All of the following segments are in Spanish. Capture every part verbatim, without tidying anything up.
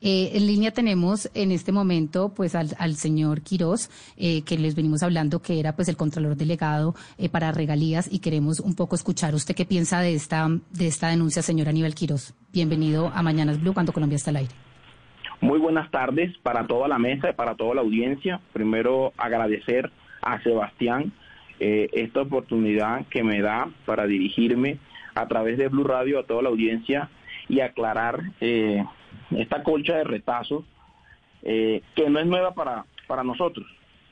Eh, en línea tenemos en este momento pues al, al señor Quirós, eh, que les venimos hablando que era pues el Contralor Delegado eh, para regalías, y queremos un poco escuchar usted qué piensa de esta de esta denuncia, señor Aníbal Quirós. Bienvenido a Mañanas Blue, cuando Colombia está al aire. Muy buenas tardes para toda la mesa y para toda la audiencia. Primero, agradecer a Sebastián eh, esta oportunidad que me da para dirigirme a través de Blue Radio a toda la audiencia y aclarar eh, esta colcha de retazos eh, que no es nueva para, para nosotros.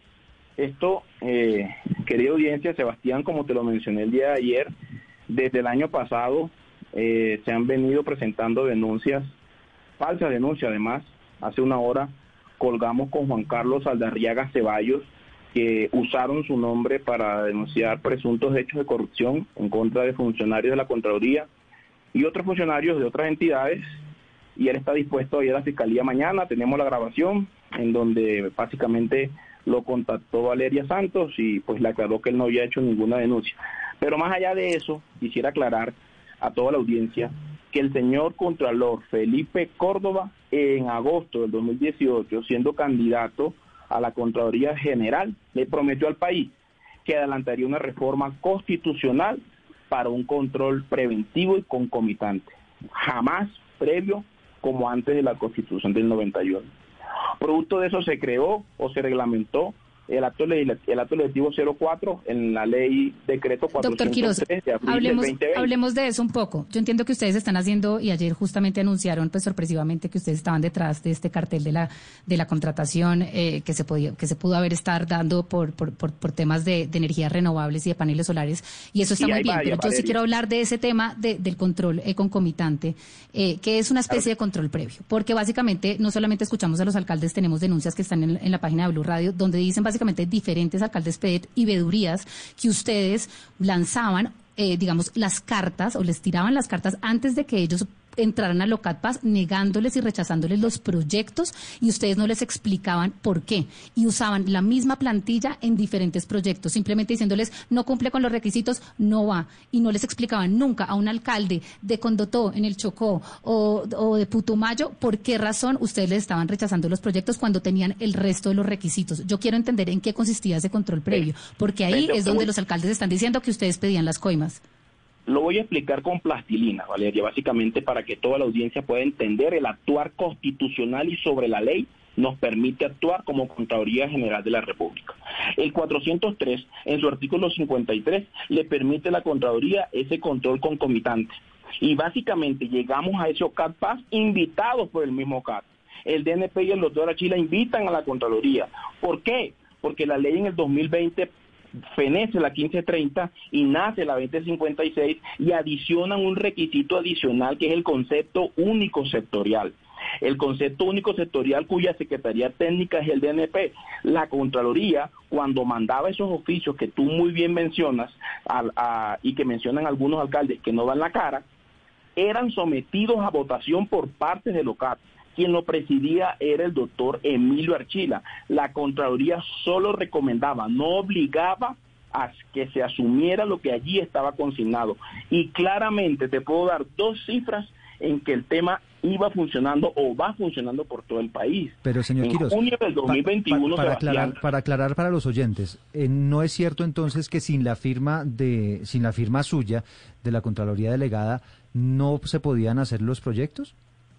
Esto, eh, querida audiencia, Sebastián, como te lo mencioné el día de ayer, desde el año pasado eh, se han venido presentando denuncias, falsas denuncias además. Hace una hora colgamos con Juan Carlos Aldarriaga Ceballos, que usaron su nombre para denunciar presuntos hechos de corrupción en contra de funcionarios de la Contraloría y otros funcionarios de otras entidades, y él está dispuesto a ir a la Fiscalía mañana. Tenemos la grabación en donde básicamente lo contactó Valeria Santos y pues le aclaró que él no había hecho ninguna denuncia. Pero más allá de eso, quisiera aclarar a toda la audiencia que el señor Contralor Felipe Córdoba, en agosto del dos mil dieciocho, siendo candidato a la Contraloría General, le prometió al país que adelantaría una reforma constitucional para un control preventivo y concomitante, jamás previo como antes de la Constitución del noventa y uno. Producto de eso se creó o se reglamentó el acto, el acto legislativo cero cuatro en la ley decreto cuatrocientos tres de abril hablemos, del dos mil veinte. Hablemos de eso un poco. Yo entiendo que ustedes están haciendo, y ayer justamente anunciaron pues sorpresivamente que ustedes estaban detrás de este cartel de la de la contratación eh, que se podía que se pudo haber estar dando por por por, por temas de, de energías renovables y de paneles solares, y eso está y muy bien, varias, pero yo sí quiero hablar de ese tema de, del control eh, concomitante, eh, que es una especie de control previo, porque básicamente no solamente escuchamos a los alcaldes, tenemos denuncias que están en, en la página de Blue Radio, donde dicen básicamente diferentes alcaldes P E T y vedurías que ustedes lanzaban, eh, digamos, las cartas o les tiraban las cartas antes de que ellos entraran a Locatpaz, negándoles y rechazándoles los proyectos, y ustedes no les explicaban por qué, y usaban la misma plantilla en diferentes proyectos, simplemente diciéndoles no cumple con los requisitos, no va, y no les explicaban nunca a un alcalde de Condotó en el Chocó o, o de Putumayo por qué razón ustedes les estaban rechazando los proyectos cuando tenían el resto de los requisitos. Yo quiero entender en qué consistía ese control previo, porque ahí es donde los alcaldes están diciendo que ustedes pedían las coimas. Lo voy a explicar con plastilina, Valeria, básicamente para que toda la audiencia pueda entender. El actuar constitucional y sobre la ley nos permite actuar como Contraloría General de la República. El cuatrocientos tres, en su artículo cincuenta y tres, le permite a la Contraloría ese control concomitante. Y básicamente llegamos a ese Locatpaz invitados por el mismo C A T. El D N P y el doctor Achila invitan a la Contraloría. ¿Por qué? Porque la ley en el dos mil veinte fenece la quince treinta y nace la veinte cincuenta y seis y adicionan un requisito adicional que es el concepto único sectorial. El concepto único sectorial cuya Secretaría Técnica es el D N P. La Contraloría, cuando mandaba esos oficios que tú muy bien mencionas a, a, y que mencionan algunos alcaldes que no dan la cara, eran sometidos a votación por parte de Locat. Quien lo presidía era el doctor Emilio Archila. La Contraloría solo recomendaba, no obligaba a que se asumiera lo que allí estaba consignado. Y claramente te puedo dar dos cifras en que el tema iba funcionando o va funcionando por todo el país. Pero, señor en Quirós, junio del dos mil veintiuno, pa, pa, para, aclarar, para aclarar para los oyentes, eh, ¿no es cierto entonces que sin la firma de sin la firma suya de la Contraloría Delegada no se podían hacer los proyectos?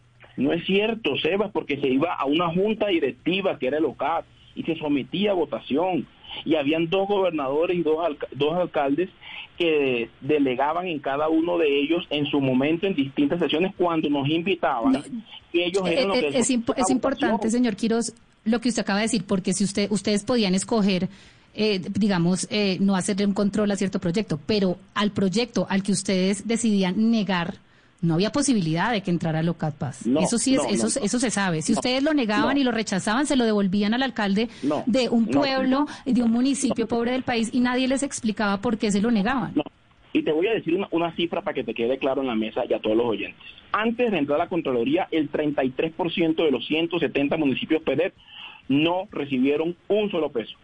No es cierto, Sebas, porque se iba a una junta directiva que era el O C A T y se sometía a votación. Y habían dos gobernadores y dos, alca dos alcaldes que delegaban en cada uno de ellos en su momento en distintas sesiones cuando nos invitaban. No, y ellos eran eh, los que es, imp es importante, señor Quirós, lo que usted acaba de decir, porque si usted ustedes podían escoger, eh, digamos, eh, no hacerle un control a cierto proyecto, pero al proyecto al que ustedes decidían negar, no había posibilidad de que entrara Locatpaz. No, eso sí es, no, eso, no, eso se sabe. Si no, ustedes lo negaban no. y lo rechazaban, se lo devolvían al alcalde no, de un pueblo, no, de un municipio pobre del país, y nadie les explicaba por qué se lo negaban. No. Y te voy a decir una, una cifra para que te quede claro en la mesa y a todos los oyentes. Antes de entrar a la Contraloría, el treinta y tres por ciento de los ciento setenta municipios P E D E T no recibieron un solo peso.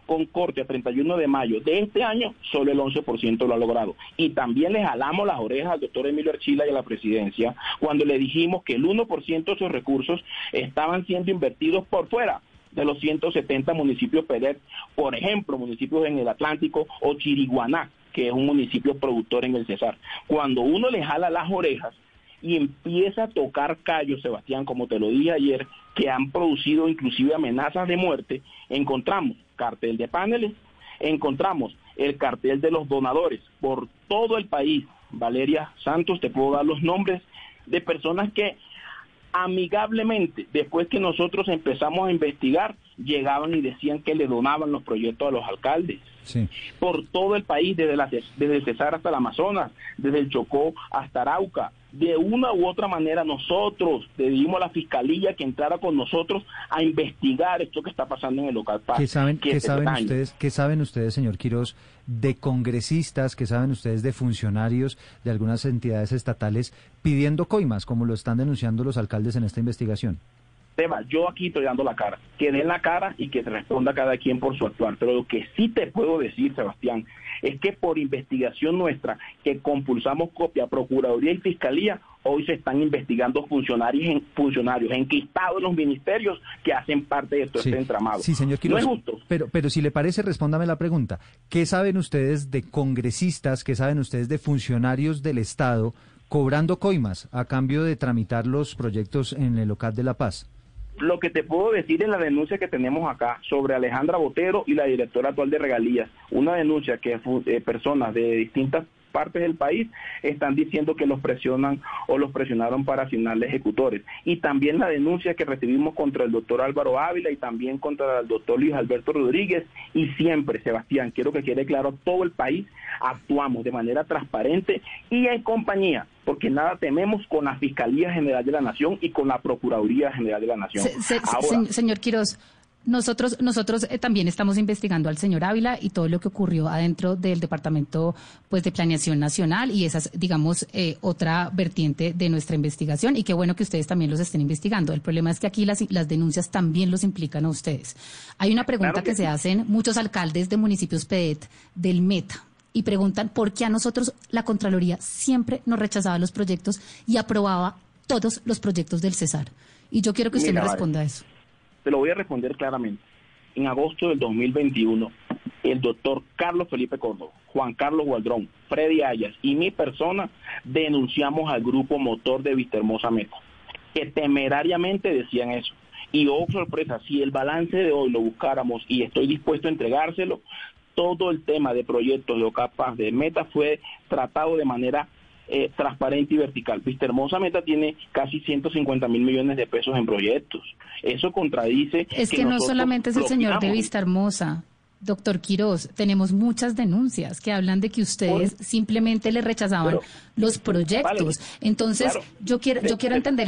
con corte a treinta y uno de mayo de este año, solo el once por ciento lo ha logrado. Y también le jalamos las orejas al doctor Emilio Archila y a la presidencia cuando le dijimos que el uno por ciento de esos recursos estaban siendo invertidos por fuera de los ciento setenta municipios P E D E T, por ejemplo, municipios en el Atlántico o Chiriguaná, que es un municipio productor en el Cesar. Cuando uno le jala las orejas y empieza a tocar callos, Sebastián, como te lo dije ayer, que han producido inclusive amenazas de muerte, encontramos cartel de paneles, encontramos el cartel de los donadores por todo el país. Valeria Santos, te puedo dar los nombres de personas que amigablemente, después que nosotros empezamos a investigar, llegaban y decían que le donaban los proyectos a los alcaldes. Sí. Por todo el país, desde, la, desde el Cesar hasta el Amazonas, desde el Chocó hasta Arauca. De una u otra manera nosotros pedimos a la Fiscalía que entrara con nosotros a investigar esto que está pasando en el Local Paz. ¿Qué saben, ¿qué saben ustedes, qué saben ustedes, señor Quirós, de congresistas, qué saben ustedes de funcionarios de algunas entidades estatales pidiendo coimas, como lo están denunciando los alcaldes en esta investigación? Seba, yo aquí estoy dando la cara, que den la cara y que responda cada quien por su actuar, pero lo que sí te puedo decir, Sebastián, es que por investigación nuestra, que compulsamos copia a Procuraduría y Fiscalía, hoy se están investigando funcionarios en, funcionarios enquistados en los ministerios que hacen parte de todo sí, este entramado. Sí, señor Quirós, no es justo. Pero, pero si le parece, respóndame la pregunta. ¿Qué saben ustedes de congresistas, qué saben ustedes de funcionarios del Estado cobrando coimas a cambio de tramitar los proyectos en el Local de La Paz? Lo que te puedo decir es la denuncia que tenemos acá sobre Alejandra Botero y la directora actual de Regalías. Una denuncia que eh, personas de distintas partes del país están diciendo que los presionan o los presionaron para asignarle ejecutores. Y también la denuncia que recibimos contra el doctor Álvaro Ávila y también contra el doctor Luis Alberto Rodríguez. Y siempre, Sebastián, quiero que quede claro, todo el país actuamos de manera transparente y en compañía, porque nada tememos con la Fiscalía General de la Nación y con la Procuraduría General de la Nación. Se, se, Ahora, se, señor Quirós, nosotros nosotros eh, también estamos investigando al señor Ávila y todo lo que ocurrió adentro del Departamento pues de Planeación Nacional, y esa es, digamos, eh, otra vertiente de nuestra investigación, y qué bueno que ustedes también los estén investigando. El problema es que aquí las, las denuncias también los implican a ustedes. Hay una pregunta claro que, que se sí. hacen muchos alcaldes de municipios P E D E T del Meta, y preguntan por qué a nosotros la Contraloría siempre nos rechazaba los proyectos y aprobaba todos los proyectos del Cesar. Y yo quiero que usted Mira, me responda vale. a eso. Te lo voy a responder claramente. En agosto del dos mil veintiuno, el doctor Carlos Felipe Córdoba, Juan Carlos Gualdrón, Freddy Ayas y mi persona denunciamos al grupo motor de Vistahermosa Meta, que temerariamente decían eso. Y oh sorpresa, si el balance de hoy lo buscáramos, y estoy dispuesto a entregárselo, todo el tema de proyectos de Ocapaz de Meta fue tratado de manera eh, transparente y vertical. Vistahermosa Meta tiene casi ciento cincuenta mil millones de pesos en proyectos. Eso contradice. Es que, que no solamente es el señor de Vistahermosa, doctor Quirós, tenemos muchas denuncias que hablan de que ustedes Por... simplemente le rechazaban Pero, los proyectos. Vale, Entonces, claro, yo quiero, yo quiero entender.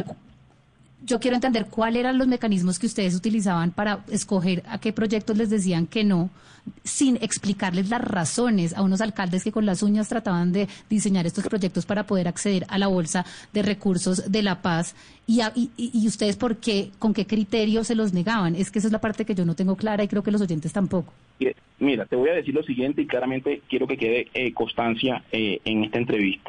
Yo quiero entender cuáles eran los mecanismos que ustedes utilizaban para escoger a qué proyectos les decían que no, sin explicarles las razones a unos alcaldes que con las uñas trataban de diseñar estos proyectos para poder acceder a la bolsa de recursos de La Paz, y, a, y, y ustedes por qué, con qué criterios se los negaban. Es que esa es la parte que yo no tengo clara y creo que los oyentes tampoco. Mira, te voy a decir lo siguiente y claramente quiero que quede eh, constancia eh, en esta entrevista.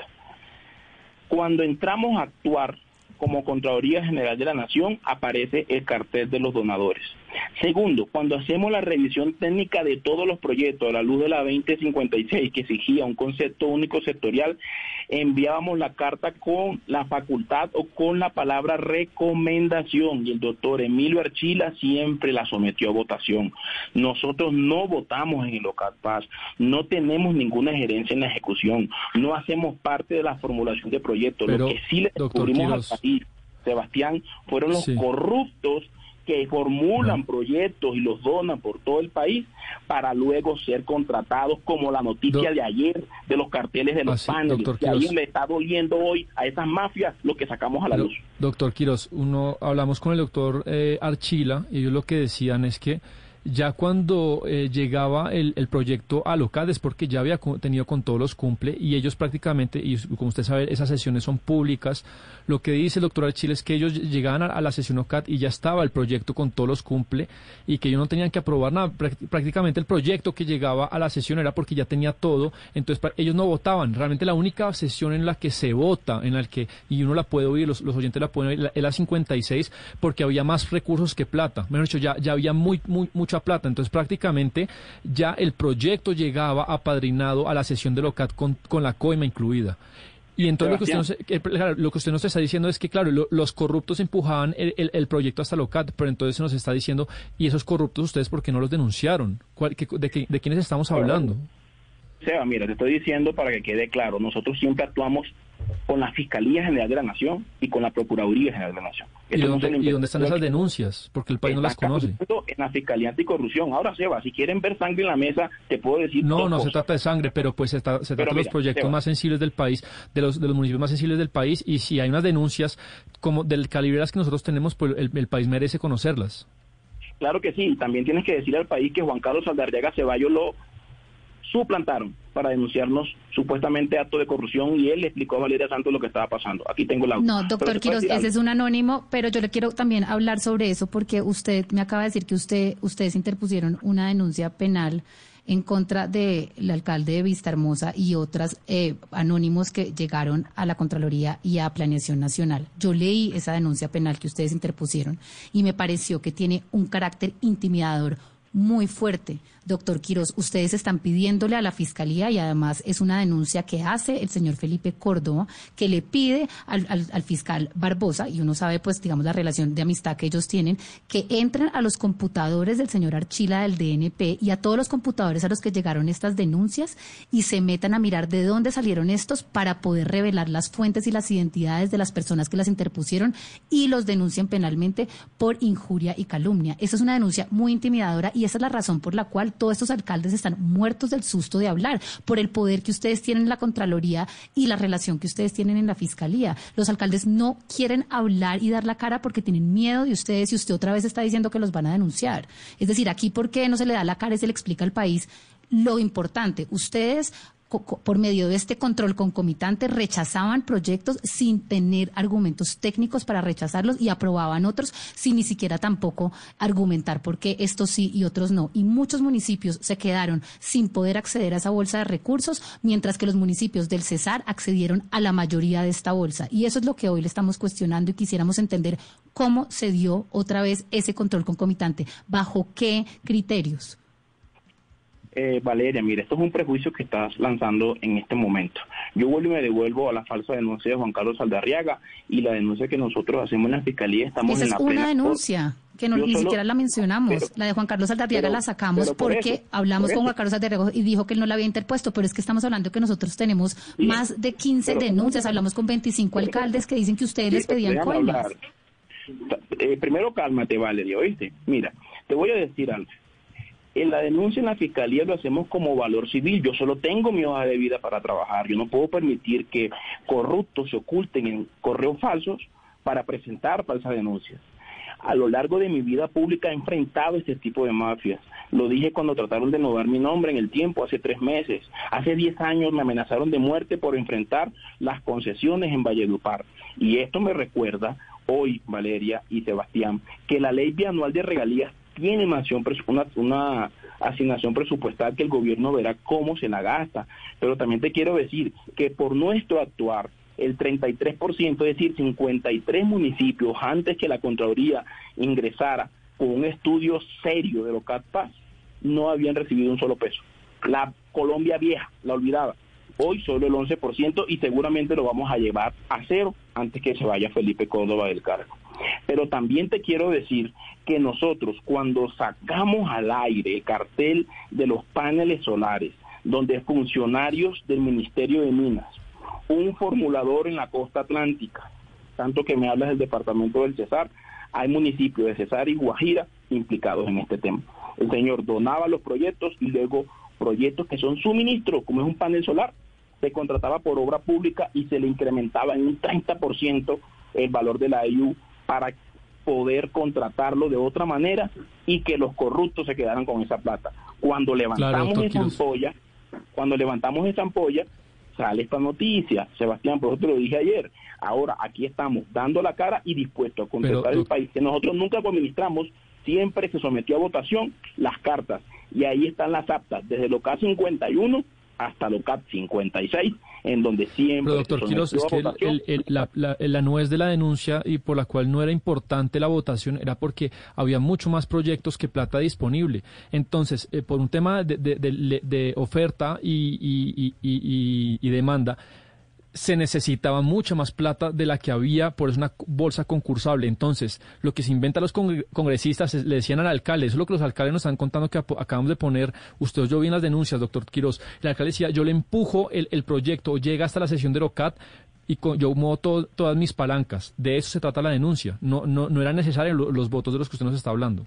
Cuando entramos a actuar como Contraloría General de la Nación, aparece el cartel de los donadores. Segundo, cuando hacemos la revisión técnica de todos los proyectos a la luz de la veinte cincuenta y seis, que exigía un concepto único sectorial, enviábamos la carta con la facultad o con la palabra recomendación, y el doctor Emilio Archila siempre la sometió a votación. Nosotros no votamos en el Local Paz, no tenemos ninguna gerencia en la ejecución, no hacemos parte de la formulación de proyectos. Pero, lo que sí le descubrimos al país, Sebastián, fueron los sí. corruptos que formulan no. proyectos y los donan por todo el país para luego ser contratados, como la noticia Do de ayer de los carteles de los ah, paneles, sí, que ahí le está doliendo hoy a esas mafias lo que sacamos a la Pero, luz. Doctor Quirós, uno hablamos con el doctor eh, Archila, y ellos lo que decían es que ya cuando eh, llegaba el, el proyecto a Locat es porque ya había co- tenido con todos los cumple y ellos prácticamente, y como usted sabe, esas sesiones son públicas. Lo que dice el doctor Archila es que ellos llegaban a, a la sesión Locat y ya estaba el proyecto con todos los cumple y que ellos no tenían que aprobar nada. Prá- prácticamente el proyecto que llegaba a la sesión era porque ya tenía todo, entonces pa- ellos no votaban. Realmente la única sesión en la que se vota, en la que, y uno la puede oír, los, los oyentes la pueden oír, la- es la cincuenta y seis, porque había más recursos que plata. Mejor dicho, ya, ya había muy, muy, mucha plata. Entonces prácticamente ya el proyecto llegaba apadrinado a la sesión de Locat con, con la coima incluida. Y entonces lo que, usted no se, que, claro, lo que usted nos está diciendo es que, claro, lo, los corruptos empujaban el, el, el proyecto hasta Locat, pero entonces se nos está diciendo, ¿y esos corruptos ustedes por qué no los denunciaron? ¿Cuál, qué, de, qué, ¿De quiénes estamos hablando? Seba, mira, te estoy diciendo para que quede claro, nosotros siempre actuamos con la Fiscalía General de la Nación y con la Procuraduría General de la Nación. ¿Y dónde, no ¿Y dónde están esas denuncias? Porque el país no las conoce. En la Fiscalía Anticorrupción. Ahora, Seba, si quieren ver sangre en la mesa, te puedo decir... No, no cosas. Se trata de sangre, pero pues se, está, se trata de los proyectos Seba. más sensibles del país, de los, de los municipios más sensibles del país, y si hay unas denuncias como del calibre de las que nosotros tenemos, pues el, el país merece conocerlas. Claro que sí, también tienes que decirle al país que Juan Carlos Saldarriaga Ceballos lo suplantaron para denunciarnos supuestamente acto de corrupción y él le explicó a Valeria Santos lo que estaba pasando. Aquí tengo la... No, doctor Quiroz, ese es un anónimo, pero yo le quiero también hablar sobre eso porque usted me acaba de decir que usted ustedes interpusieron una denuncia penal en contra del alcalde de Vistahermosa y otras eh, anónimos que llegaron a la Contraloría y a Planeación Nacional. Yo leí esa denuncia penal que ustedes interpusieron y me pareció que tiene un carácter intimidador muy fuerte. Doctor Quiroz, ustedes están pidiéndole a la Fiscalía, y además es una denuncia que hace el señor Felipe Córdoba, que le pide al, al, al fiscal Barbosa, y uno sabe pues digamos la relación de amistad que ellos tienen, que entren a los computadores del señor Archila del D N P y a todos los computadores a los que llegaron estas denuncias y se metan a mirar de dónde salieron estos para poder revelar las fuentes y las identidades de las personas que las interpusieron y los denuncien penalmente por injuria y calumnia. Esa es una denuncia muy intimidadora y esa es la razón por la cual todos estos alcaldes están muertos del susto de hablar, por el poder que ustedes tienen en la Contraloría y la relación que ustedes tienen en la Fiscalía. Los alcaldes no quieren hablar y dar la cara porque tienen miedo de ustedes y usted otra vez está diciendo que los van a denunciar. Es decir, aquí ¿por qué no se le da la cara y se le explica al país lo importante? Ustedes, por medio de este control concomitante, rechazaban proyectos sin tener argumentos técnicos para rechazarlos y aprobaban otros sin ni siquiera tampoco argumentar por qué estos sí y otros no. Y muchos municipios se quedaron sin poder acceder a esa bolsa de recursos, mientras que los municipios del Cesar accedieron a la mayoría de esta bolsa. Y eso es lo que hoy le estamos cuestionando y quisiéramos entender cómo se dio otra vez ese control concomitante, bajo qué criterios. Eh, Valeria, mira, esto es un prejuicio que estás lanzando en este momento. Yo vuelvo y me devuelvo a la falsa denuncia de Juan Carlos Saldarriaga y la denuncia que nosotros hacemos en la Fiscalía. Estamos Esa en la es una denuncia que no, ni solo, siquiera la mencionamos. Pero, la de Juan Carlos Saldarriaga la sacamos porque eso, hablamos con Juan Carlos Saldarriaga y dijo que él no la había interpuesto, pero es que estamos hablando que nosotros tenemos sí, más de quince pero, denuncias, hablamos con veinticinco pero, alcaldes que dicen que ustedes sí, les pedían coimas. Eh, primero cálmate, Valeria, ¿oíste? Mira, te voy a decir algo. En la denuncia en la Fiscalía lo hacemos como valor civil. Yo solo tengo mi hoja de vida para trabajar. Yo no puedo permitir que corruptos se oculten en correos falsos para presentar falsas denuncias. A lo largo de mi vida pública he enfrentado este tipo de mafias. Lo dije cuando trataron de innovar mi nombre en el tiempo, hace tres meses. Hace diez años me amenazaron de muerte por enfrentar las concesiones en Valledupar. Y esto me recuerda hoy, Valeria y Sebastián, que la ley bianual de regalías tiene una, una asignación presupuestal que el gobierno verá cómo se la gasta. Pero también te quiero decir que por nuestro actuar, el treinta y tres por ciento, es decir, cincuenta y tres municipios, antes que la Contraloría ingresara con un estudio serio de Locat Paz, no habían recibido un solo peso. La Colombia vieja, la olvidaba. Hoy solo el once por ciento y seguramente lo vamos a llevar a cero antes que se vaya Felipe Córdoba del cargo. Pero también te quiero decir que nosotros cuando sacamos al aire el cartel de los paneles solares, donde funcionarios del Ministerio de Minas, un formulador en la costa atlántica, tanto que me hablas del departamento del Cesar, hay municipios de Cesar y Guajira implicados en este tema. El señor donaba los proyectos y luego proyectos que son suministros, como es un panel solar, se contrataba por obra pública y se le incrementaba en un treinta por ciento el valor de la E I U para poder contratarlo de otra manera y que los corruptos se quedaran con esa plata. Cuando levantamos claro, esa ampolla, cuando levantamos esa ampolla, sale esta noticia, Sebastián, por eso te lo dije ayer. Ahora, aquí estamos dando la cara y dispuestos a contestar el país, que nosotros nunca administramos, siempre se sometió a votación las cartas, y ahí están las actas, desde el O C A D cincuenta y uno hasta el O C A D cincuenta y seis, en donde siempre... Pero doctor Quiroz, es que el, el, el, la, la, la nuez de la denuncia y por la cual no era importante la votación era porque había mucho más proyectos que plata disponible. Entonces, eh, por un tema de, de, de, de oferta y, y, y, y, y demanda, se necesitaba mucha más plata de la que había, por eso una bolsa concursable. Entonces, lo que se inventan los congresistas, es, le decían al alcalde, eso es lo que los alcaldes nos están contando que acabamos de poner, usted oyó bien las denuncias, doctor Quiroz, el alcalde decía, yo le empujo el, el proyecto, llega hasta la sesión del O C A D y con, yo muevo todo, todas mis palancas. De eso se trata la denuncia, no, no, no eran necesarios lo, los votos de los que usted nos está hablando.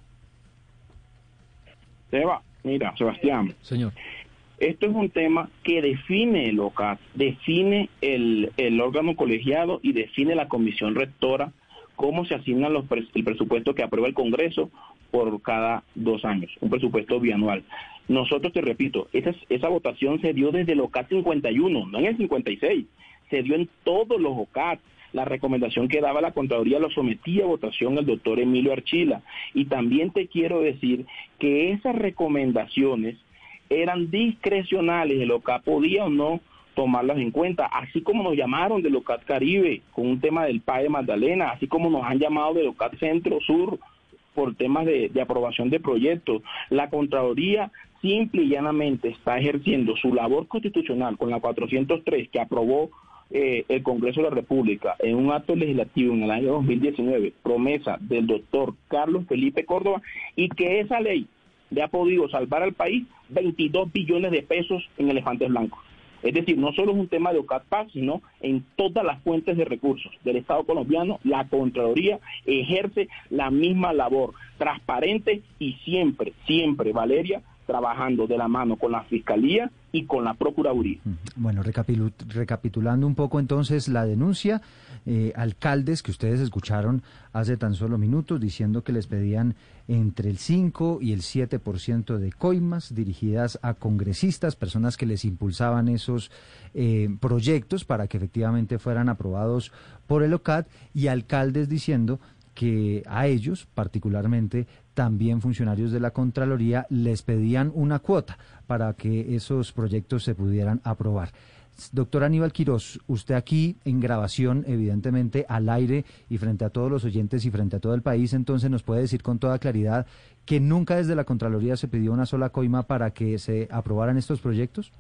Seba, mira, Sebastián. Señor. Esto es un tema que define el O C A D, define el, el órgano colegiado y define la comisión rectora cómo se asignan los pres, el presupuesto que aprueba el Congreso por cada dos años, un presupuesto bianual. Nosotros, te repito, esa, esa votación se dio desde el O C A D cincuenta y uno, no en el cincuenta y seis, se dio en todos los O C A D. La recomendación que daba la Contraloría lo sometía a votación el doctor Emilio Archila. Y también te quiero decir que esas recomendaciones eran discrecionales, el O C A D podía o no tomarlas en cuenta, así como nos llamaron del O C A D Caribe con un tema del P A E de Magdalena, así como nos han llamado del O C A D Centro Sur por temas de, de aprobación de proyectos. La Contraloría simple y llanamente está ejerciendo su labor constitucional con la cuatrocientos tres que aprobó eh, el Congreso de la República en un acto legislativo en el año dos mil diecinueve, promesa del doctor Carlos Felipe Córdoba, y que esa ley le ha podido salvar al país veintidós billones de pesos en elefantes blancos. Es decir, no solo es un tema de O C A D P A C, sino en todas las fuentes de recursos del Estado colombiano, la Contraloría ejerce la misma labor, transparente y siempre, siempre, Valeria, trabajando de la mano con la Fiscalía y con la Procuraduría. Bueno, recapitul recapitulando un poco entonces la denuncia, eh, alcaldes que ustedes escucharon hace tan solo minutos diciendo que les pedían entre el cinco y el siete por ciento de coimas dirigidas a congresistas, personas que les impulsaban esos eh, proyectos para que efectivamente fueran aprobados por el O C A D, y alcaldes diciendo que a ellos, particularmente también funcionarios de la Contraloría, les pedían una cuota para que esos proyectos se pudieran aprobar. Doctor Aníbal Quiroz, usted aquí en grabación, evidentemente al aire y frente a todos los oyentes y frente a todo el país, entonces nos puede decir con toda claridad que nunca desde la Contraloría se pidió una sola coima para que se aprobaran estos proyectos.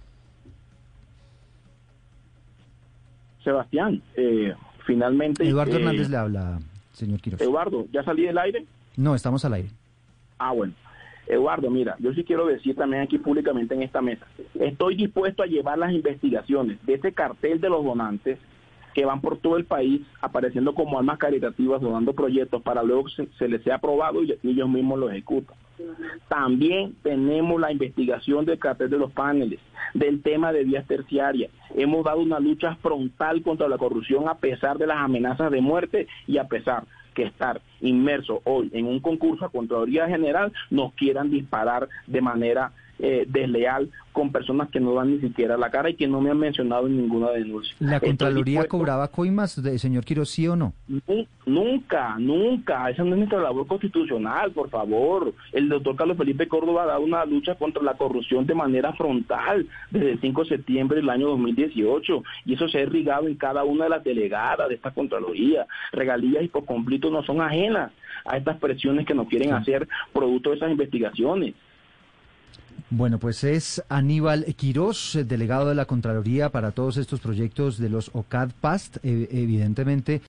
Sebastián, eh, finalmente... Eduardo eh, Hernández le habla, señor Quiroz. Eduardo, ¿ya salí del aire? No, estamos al aire. Ah, bueno. Eduardo, mira, yo sí quiero decir también aquí públicamente en esta mesa, estoy dispuesto a llevar las investigaciones de ese cartel de los donantes que van por todo el país apareciendo como almas caritativas, donando proyectos para luego se, se les sea aprobado y ellos mismos lo ejecutan. También tenemos la investigación del cartel de los paneles, del tema de vías terciarias. Hemos dado una lucha frontal contra la corrupción a pesar de las amenazas de muerte y a pesar que estar inmerso hoy en un concurso a Contraloría General nos quieran disparar de manera eh, desleal con personas que no dan ni siquiera la cara y que no me han mencionado en ninguna denuncia. ¿La Contraloría cobraba coimas, de, señor Quiroz, sí o no? Nunca, nunca. Esa no es nuestra labor constitucional, por favor. El doctor Carlos Felipe Córdoba ha dado una lucha contra la corrupción de manera frontal desde el cinco de septiembre del año dos mil dieciocho, y eso se ha irrigado en cada una de las delegadas de esta Contraloría. Regalías y por completo no son ajenas a estas presiones que nos quieren sí. hacer producto de esas investigaciones. Bueno, pues es Aníbal Quiroz, delegado de la Contraloría para todos estos proyectos de los O C A D P A S T. Eh, evidentemente